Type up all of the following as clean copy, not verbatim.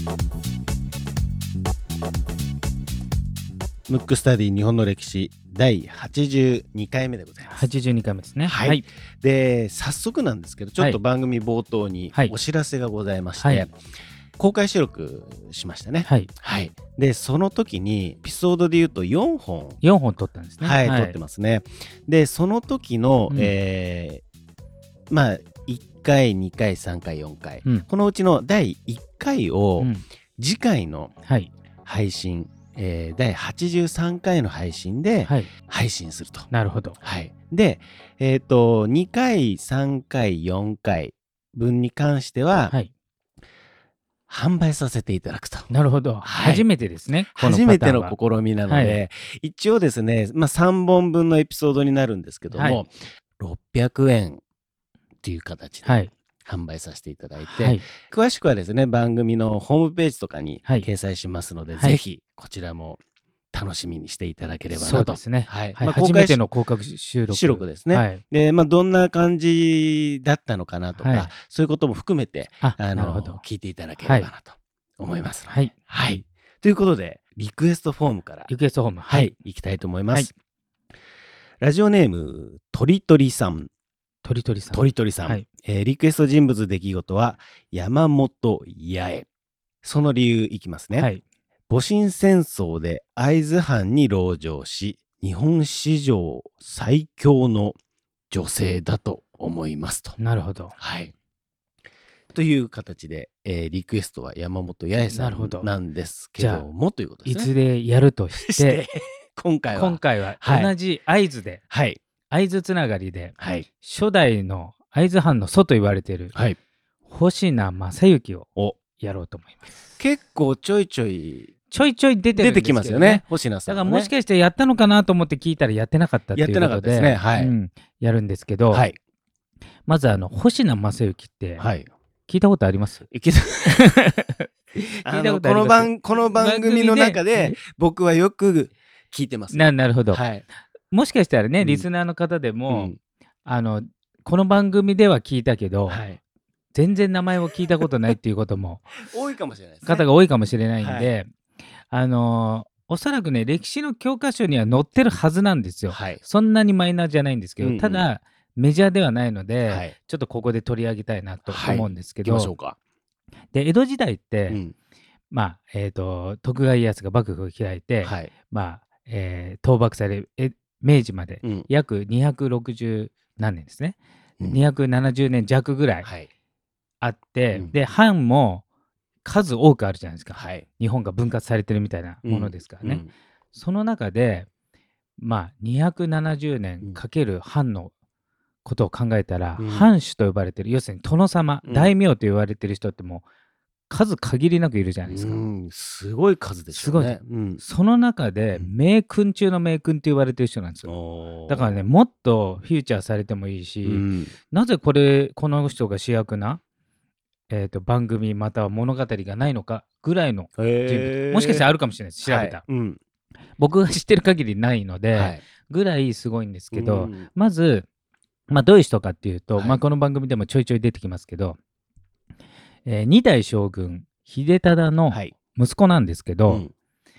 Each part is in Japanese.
ムックスタディ日本の歴史第82回目でございます。 82回目ですね。 はい。で、早速なんですけど、ちょっと番組冒頭にはいお知らせがございまして、 はい公開収録しましたね。 はい。 はい。で、その時にエピソードで言うと4本、 4本撮ったんですね。 はい、撮ってますね。で、その時の、 うんまあ1回、2回、3回、4回、 うんこのうちの第1回をうん次回のはい。 配信、第83回の配信ではい。 配信すると。 なるほど。 はい。で、2回、3回、4回分に関しては、 はい。 販売させていただくと。 なるほど。 はい初めてですね。この初めてのパターンは試みなので、一応ですね、3本分のエピソードになるんですけども、 はい 600円っていう形ではい。 販売させていただいて、 はい。 詳しくはですね、番組のホームページとかにはい掲載しますので、 はいぜひこちらも楽しみにしていただければなと。 そうですね。 はい。 はい。 公初開めての広角収録。 収録ですね。 はい。 で、どんな感じだったのかなとか、 はいそういうことも含めて、 なるほど。 聞いていただければなと思いますので。 はい。 はい。ということで、リクエストフォームから、 リクエストホーム。 はい、行きたいと思います。ラジオネーム、とりとりさん。 鳥鳥さん。 とりとりさん。 はいリクエスト人物出来事は、山本八重。その理由いきますね。 はい。 戊辰戦争で会津藩に籠城し、日本史上最強の女性だと思いますと。 なるほど。 はい。という形で、リクエストは山本八重さなるほどんなんですけどもということですね。 いずれやるとししてて、今回は。 今回ははい同じ会津で、 はい。 会津つながりで、 はい。 初代の会津藩の祖と言われているはい。 星名正幸をお、 やろうと思います。 結構ちょいちょいちょいちょい出てる出てんですけどきますよね、星名さんはね。 だからもしかしてやったのかなと思って聞いたらやってなかったっていうことで、 やってなかったですねはいやるんですけど、 はい。 まず星名正幸ってはい。 聞いたことあります？ いけた聞いたことありますこの番組の中で僕はよく聞いてます。 なるほど、 はい。 もしかしたらね、 うんリスナーの方でも、 うんこの番組では聞いたけど、 はい。 全然名前を聞いたことないっていうことも多いかもしれないですね。 方が多いかもしれないんで、おそらくね、歴史の教科書には載ってるはずなんですよ。 はい。 そんなにマイナーじゃないんですけど、 うんうんただメジャーではないので、 はい。 ちょっとここで取り上げたいなと思うんですけ行きましょど、 うか。 で江戸時代って、 うん徳川家康が幕府を開いて、 はい。 倒幕され明治までうん約260何年ですね、 うん 270年弱ぐらいはい。 あって、 うんで藩も数多くあるじゃないですか、 はい。 日本が分割されてるみたいなものですからね、 うんその中で270年かける藩のことを考えたら、 うん藩主と呼ばれてる、要するに殿様、 うん大名と言われてる人ってもう数限りなくいるじゃないですか、 うんすごい数でしょうね。うんその中でうん名君中の名君って言われてる人なんですよ。 おーだからね、もっとフューチャーされてもいいし、 うんなぜこの人が主役な、番組または物語がないのかぐらいの人物、もしかしたらあるかもしれないです、調べたら、 はいうん僕が知ってる限りないので、 はいぐらいすごいんですけど、 うんまず、どういう人かっていうと、 はいこの番組でもちょいちょい出てきますけど、二代将軍秀忠のはい息子なんですけど、 うん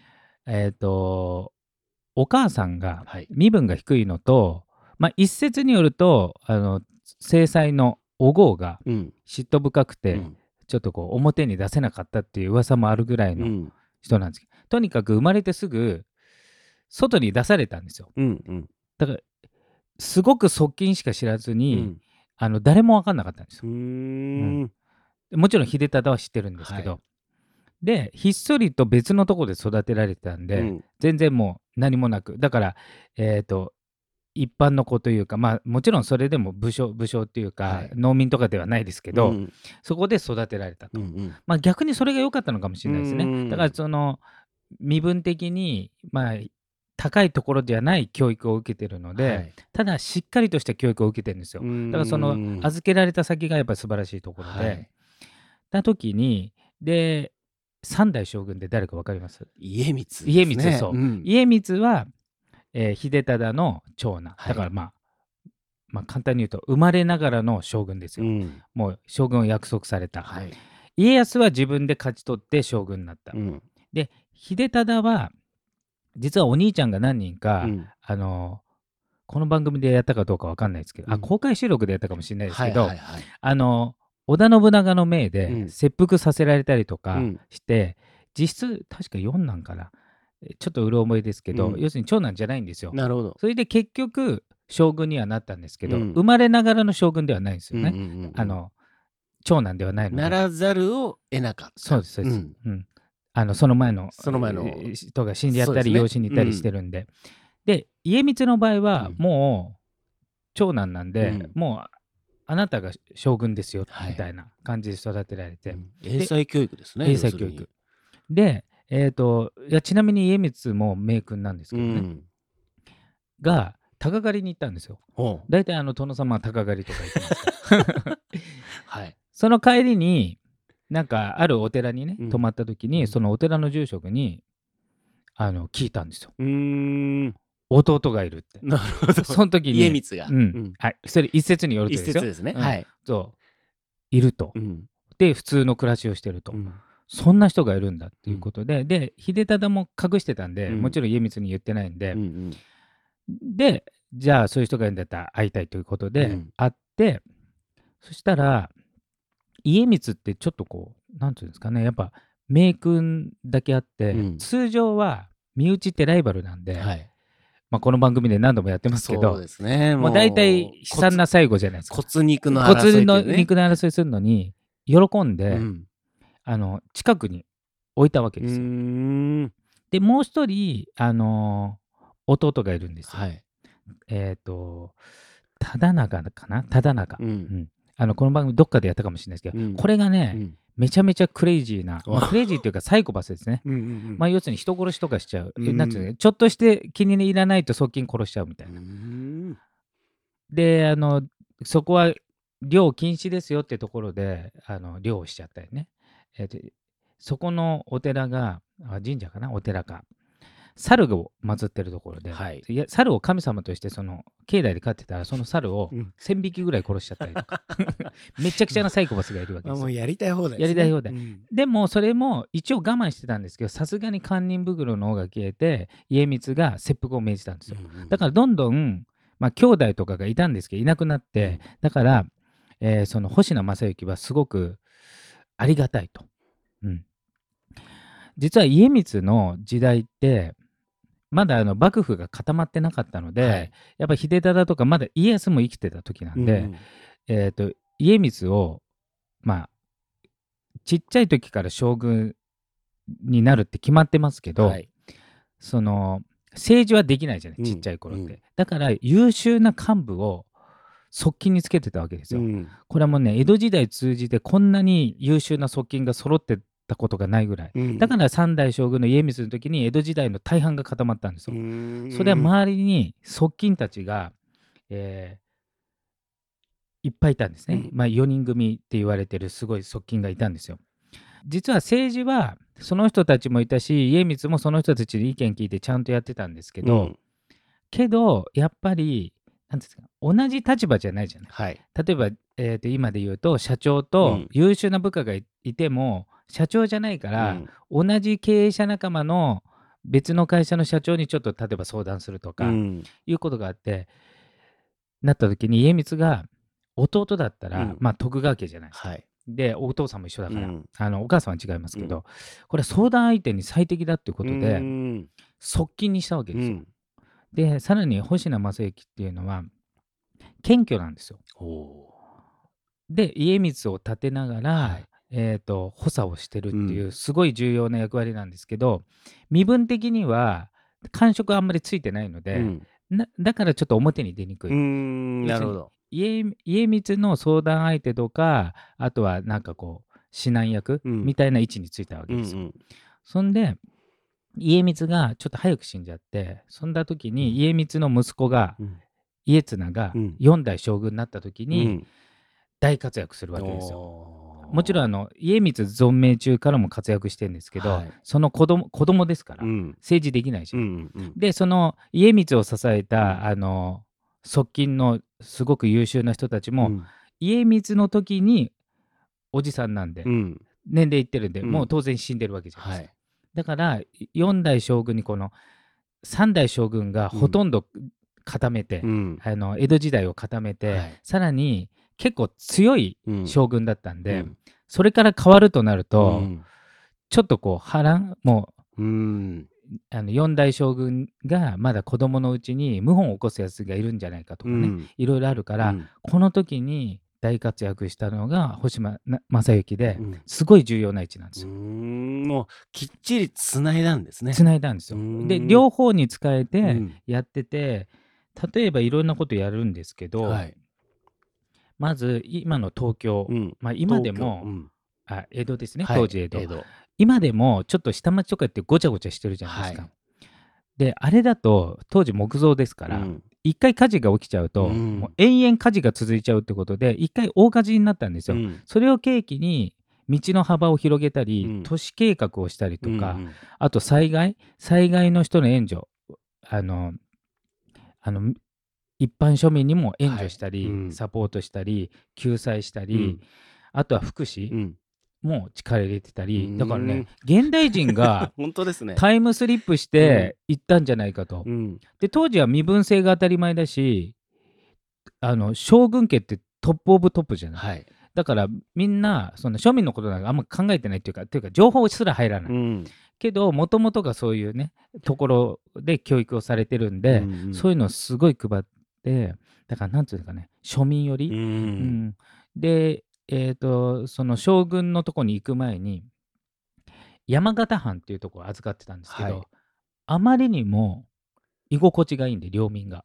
お母さんがはい身分が低いのと、一説によると正妻のお郷がうん嫉妬深くて、 うんちょっとこう表に出せなかったっていう噂もあるぐらいうのん人なんですけど、とにかく生まれてすぐ外に出されたんですよ。 うんだからすごく側近しか知らずうに、 ん誰も分かんなかったんですうよ。 んもちろん秀忠は知ってるんですけど、 はいでひっそりと別のところで育てられてたんで、 うん全然もう何もなく、だから一般の子というか、もちろんそれでも武将っていうか、 はい農民とかではないですけど、 うんそこで育てられたと、 うん逆にそれが良かったのかもしれないですね。 うんだからその身分的に高いところではない教育を受けてるので、 はいただしっかりとした教育を受けてるんですよ。だからその預けられた先がやっぱり素晴らしいところで、 はいた時にで三代将軍で誰か分かります？ 家光ですね。 家光、そう、 ん家光は、秀忠の長男、 はいだから簡単に言うと生まれながらの将軍ですよ、 うんもう将軍を約束された、 はい家康は自分で勝ち取って将軍になった。で秀忠は実はお兄ちゃんが何人か、この番組でやったかどうか分かんないですけど、公開収録でやったかもしれないですけど、織田信長の命で切腹させられたりとかして、実質確か4男かな、ちょっとうる覚えですけど、要するに長男じゃないんですよ。 なるほど。 それで結局将軍にはなったんですけど、生まれながらの将軍ではないんですよね。長男ではないので。 ならざるを得なかった。 そうです、そうです。その前の人が死んでやったり養子に行ったりしてるんで。で家光の場合はもう長男なんで、もうあなたが将軍ですよみたいな感じで育てられて、 英才教育ですね。 英才教育で、いやちなみに家光も名君なんですけどね、が鷹狩りに行ったんですよ。大体殿様は鷹狩りとか行ってますからはい、その帰りになんかあるお寺にね泊まった時に、そのお寺の住職に聞いたんですよ。弟がいるって。 なるほど。 その時に家光が。 はい。それ一説によるとですよ。 一説ですね。はい。 そういると。で普通の暮らしをしてると。そんな人がいるんだっていうことで、で秀忠も隠してたんで、もちろん家光に言ってないんで、でじゃあそういう人がいるんだったら会いたいということで会って、そしたら家光ってちょっとこうなんていうんですかね、やっぱ名君だけあって、通常は身内ってライバルなんで、この番組で何度もやってますけど、 そうですね、 もう大体悲惨な最後じゃないですか。 骨肉の争いするのに喜んで、近くに置いたわけですよ。でもう一人弟がいるんですよ。忠長かな、忠長、この番組どっかでやったかもしれないですけど、これがね、めちゃめちゃクレイジーな、クレイジーっていうかサイコパスですね。要するに人殺しとかしちゃう、なんていうの、ちょっとして気に入らないと側近殺しちゃうみたいな。でそこは猟禁止ですよってところで猟をしちゃったりね、そこのお寺が神社かな、お寺か猿を祀ってるところで、猿を神様としてその境内で飼ってたら、その猿を1000匹ぐらい殺しちゃったりとかめちゃくちゃなサイコパスがいるわけですよ。 もうやりたい放題ですね。 やりたい放題、でもそれも一応我慢してたんですけど、さすがに堪忍袋の緒が消えて家光が切腹を命じたんですよ。だからどんどん兄弟とかがいたんですけどいなくなって、だから、その星名正幸はすごくありがたいと。実は家光の時代ってまだ幕府が固まってなかったので、やっぱ秀忠とかまだ家康も生きてた時なんで、家光をちっちゃい時から将軍になるって決まってますけど、その政治はできないじゃない、ちっちゃい頃って。だから優秀な幹部を側近につけてたわけですよ。これはもうね、江戸時代通じてこんなに優秀な側近が揃ってたことがないぐらい、だから三代将軍の家光の時に江戸時代の大半が固まったんですよ。それは周りに側近たちが、いっぱいいたんですね。4人組って言われてるすごい側近がいたんですよ。実は政治はその人たちもいたし、家光もその人たちの意見聞いてちゃんとやってたんですけど、やっぱりなんですか、同じ立場じゃないじゃない。例えば、今で言うと社長と優秀な部下がいても、社長じゃないから、同じ経営者仲間の別の会社の社長にちょっと例えば相談するとか、いうことがあってなった時に、家光が弟だったら、徳川家じゃないですか。でお父さんも一緒だから、お母さんは違いますけど、これは相談相手に最適だっていうことで側近にしたわけですよ。でさらに星名正幸っていうのは謙虚なんですよ。で家光を立てながら、補佐をしてるっていうすごい重要な役割なんですけど、身分的には感触あんまりついてないので、だからちょっと表に出にくい。 なるほど。 家光の相談相手とか、あとはなんかこう指南役みたいな位置についたわけですよ。そんで家光がちょっと早く死んじゃって、そんな時に家光の息子が、家綱が4代将軍になった時に大活躍するわけですよ。もちろん家光存命中からも活躍してるんですけど、その子供ですから、政治できないし、でその家光を支えた側近のすごく優秀な人たちも、家光の時におじさんなんで、 年齢いってるんで、 うんもう当然死んでるわけじゃないですか。 はい。 だから4代将軍にこの3代将軍がほとんど固めて、 うん江戸時代を固めて、 はいさらに結構強いうん将軍だったんで、 うんそれから変わるとなると、 うんちょっとこう波乱もうんう4代将軍がまだ子供のうちに謀反を起こすやつがいるんじゃないかとかね、 うんいろいろあるから、 うんこの時に大活躍したのが星正幸で、 うんすごい重要な位置なんですよ。 もうきっちりつないだんですね。 つないだんですよ。で両方に使えてやってて、例えばいろんなことやるんですけど、 はいまず今の東京、 うん今でも、 東京江戸ですね、 はい当時江戸。今でもちょっと下町とかってごちゃごちゃしてるじゃないですか。 はいであれだと当時木造ですから、一回火事が起きちゃうと、もう延々火事が続いちゃうってことで一回大火事になったんですよ。それを契機に道の幅を広げたり、都市計画をしたりとか、あと災害の人の援助、一般庶民にも援助したり、サポートしたり救済したり、あとは福祉も力入れてたり、だからね現代人が本当ですね。 タイムスリップして行ったんじゃないかと。で当時は身分制が当たり前だし、将軍家ってトップオブトップじゃない、はい、だからみんなその庶民のことなんかあんま考えてないっていうか情報すら入らない、けどもともとがそういうねところで教育をされてるんで、そういうのをすごい配って、だからなんていうかね庶民寄り、でその将軍のとこに行く前に山形藩っていうところを預かってたんですけど、はい、あまりにも居心地がいいんで領民が、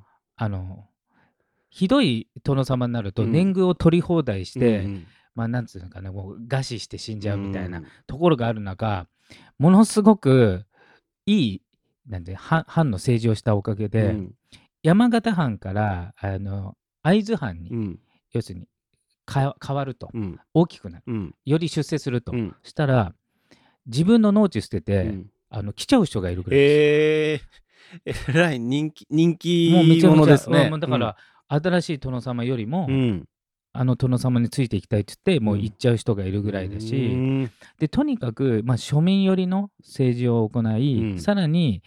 ひどい殿様になると年貢を取り放題して、なんつうのかな、もう餓死して死んじゃうみたいなところがある中、ものすごくいいなんで藩の政治をしたおかげで、山形藩から会津藩に、要するに変わると、大きくなる、より出世すると、したら自分の農地捨てて、来ちゃう人がいるぐらいです。 えらい人気者ですね。 だから、新しい殿様よりも、殿様についていきたいって言って、もう行っちゃう人がいるぐらいだし、でとにかく、庶民寄りの政治を行い、さらに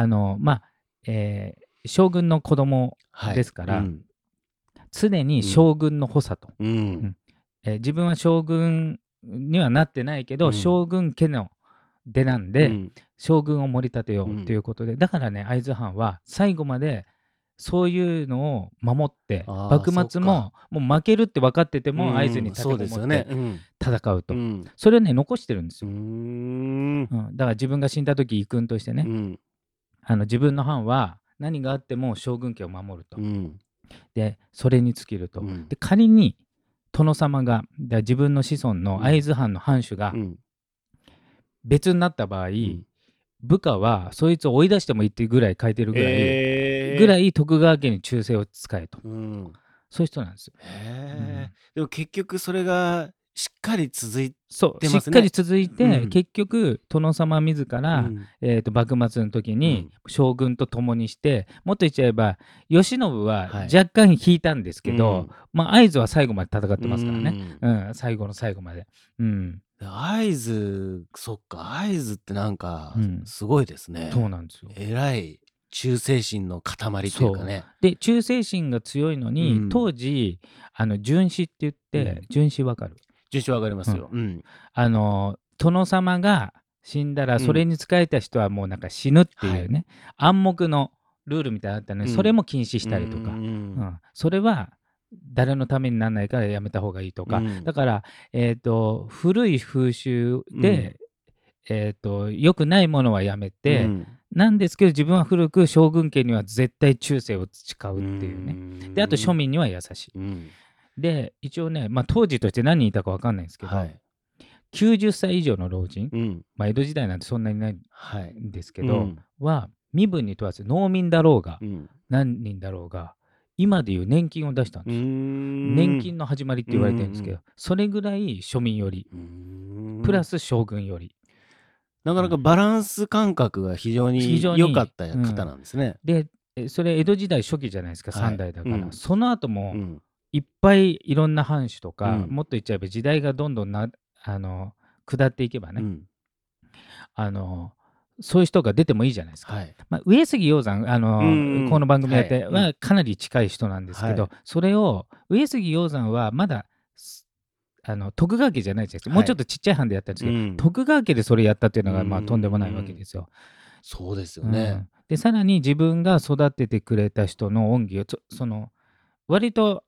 将軍の子供ですから、常に将軍の補佐と、自分は将軍にはなってないけど、将軍家の出なんで、将軍を盛り立てようということで、だからね会津藩は最後までそういうのを守って、幕末ももう負けるって分かってても会津に立てこもって戦うと、それをね残してるんですよ。だから自分が死んだ時遺訓としてね、自分の藩は何があっても将軍家を守ると、でそれに尽きると、で仮に殿様が自分の子孫の会津藩の藩主が別になった場合、部下はそいつを追い出してもいいっていうぐらい書いてるぐらい、徳川家に忠誠を使えと、そういう人なんですよ。 でも結局それがしっかり続いてますね。しっかり続いて、結局殿様自ら、幕末の時に将軍と共にして、もっと言っちゃえば慶喜は若干引いたんですけど、会津は最後まで戦ってますからね、最後の最後まで。 会津、そっか、会津ってなんかすごいですね。 そうなんですよ。 えらい忠誠心の塊というかね。 で忠誠心が強いのに、当時殉死って言って、殉死わかる？ 殉死わかりますよ。 殿様が死んだらそれに仕えた人はもうなんか死ぬっていうね、暗黙のルールみたいなのあったのに、それも禁止したりとか、それは誰のためにならないからやめた方がいいとか、だから古い風習で良くないものはやめて、なんですけど自分は古く将軍家には絶対忠誠を培うっていうね。であと庶民には優しい。で一応ね、当時として何人いたか分かんないんですけど、90歳以上の老人、江戸時代なんてそんなにないんですけど、は身分に問わず農民だろうが、何人だろうが今でいう年金を出したんですよ。年金の始まりって言われてるんですけど、それぐらい庶民寄りプラス将軍寄り、 なかなかバランス感覚が非常に良かった方なんですね。 でそれ江戸時代初期じゃないですか、3代だから、その後もいっぱいいろんな藩主とか、もっと言っちゃえば時代がどんどん下っていけばね、 うんそういう人が出てもいいじゃないですか。 はい。 上杉鷹山、 うんこの番組やってはいはかなり近い人なんですけど、 はいそれを上杉鷹山はまだ徳川家じゃないじゃないですか、もうちょっとちっちゃい藩でやったんですけど、 うん徳川家でそれやったっていうのがうんとんでもないわけですよ。 そうですよね。 でさらに自分が育ててくれた人の恩義を割と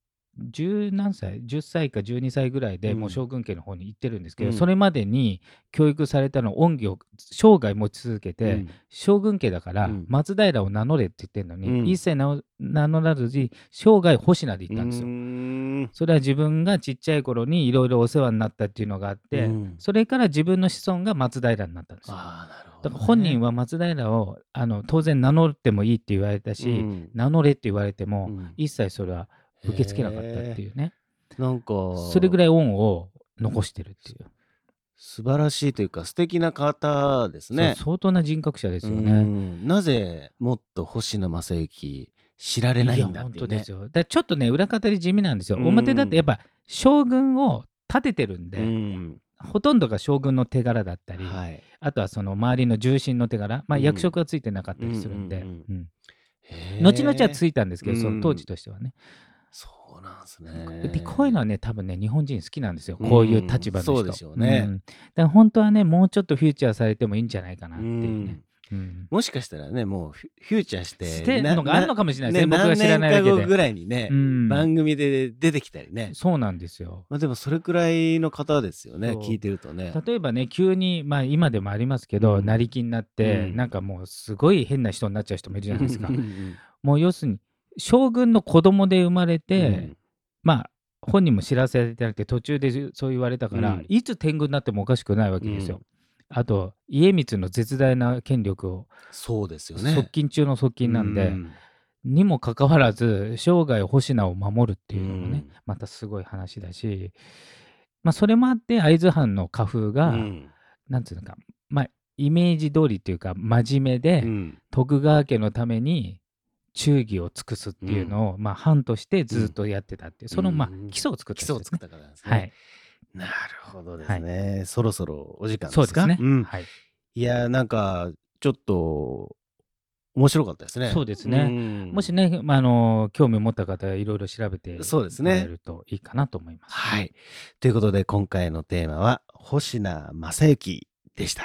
10何歳10歳か12歳ぐらいでもう将軍家の方に行ってるんですけど、 うんそれまでに教育されたの恩義を生涯持ち続けて、 うん将軍家だからうん松平を名乗れって言ってるのに、 うん一切名乗らずに生涯保科で行ったんですよ。それは自分がちっちゃい頃にいろいろお世話になったっていうのがあって、 うんそれから自分の子孫が松平になったんですよ。 ああなるほどね。 だから本人は松平を当然名乗ってもいいって言われたし、 うん名乗れって言われても、 うん一切それは受け付けなかったっていうね。 なんかそれぐらい恩を残してるっていう。 素晴らしいというか素敵な方ですね。 そう相当な人格者ですようね。 んなぜもっと星野正幸知られないんだっていうね本当です。よ。だからちょっとね、裏方で地味なんですよ。 うん表だってやっぱ将軍を立ててるんで、 うんほとんどが将軍の手柄だったり、 はいあとはその周りの重臣の手柄、 うん役職はついてなかったりするんで、 うんへー後々はついたんですけど、そうんの当時としてはね。 そうなんですね。 でこういうのはね、多分ね、日本人好きなんですよ。こういう立場の人。 そうでしょうねだから本当はね、もうちょっとフューチャーされてもいいんじゃないかなっていうね。 もしかしたらねもうフューチャーしてしてるのがあるのかもしれないですね、僕が知らないだけで。 何年か後ぐらいにね、番組で出てきたりね。 そうなんですよ。 まあでもそれくらいの方ですよね、 そう聞いてるとね。 例えばね、急に、今でもありますけど、成り気になって、なんかもうすごい変な人になっちゃう人もいるじゃないですか。もう要するに、将軍の子供で生まれて、本人も知らせられてなくて、途中でそう言われたから、いつ天狗になってもおかしくないわけですよ。あと、家光の絶大な権力を、 そうですよね。 側近中の側近なんで、にもかかわらず、生涯保科を守るっていうのもね、またすごい話だし、それもあって、会津藩の家風が、なんていうのか、イメージ通りっていうか、真面目で、徳川家のために忠義を尽くすっていうのを、藩としてずっとやってたっていう、その基礎を作ったんですね。 基礎を作ったからですね。 はい。 なるほどですね。そろそろお時間ですか。 そうですね。はい。 いやなんかちょっと面白かったですね。 そうですね。もしね、興味を持った方はいろいろ調べてもらえるといいかなと思います。 はい。ということで今回のテーマは星名正幸でした。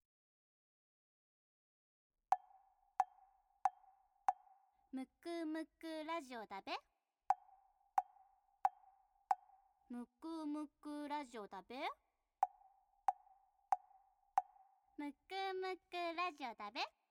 むくむくラジオだべ。むくむくラジオだべ。むくむくラジオだべ。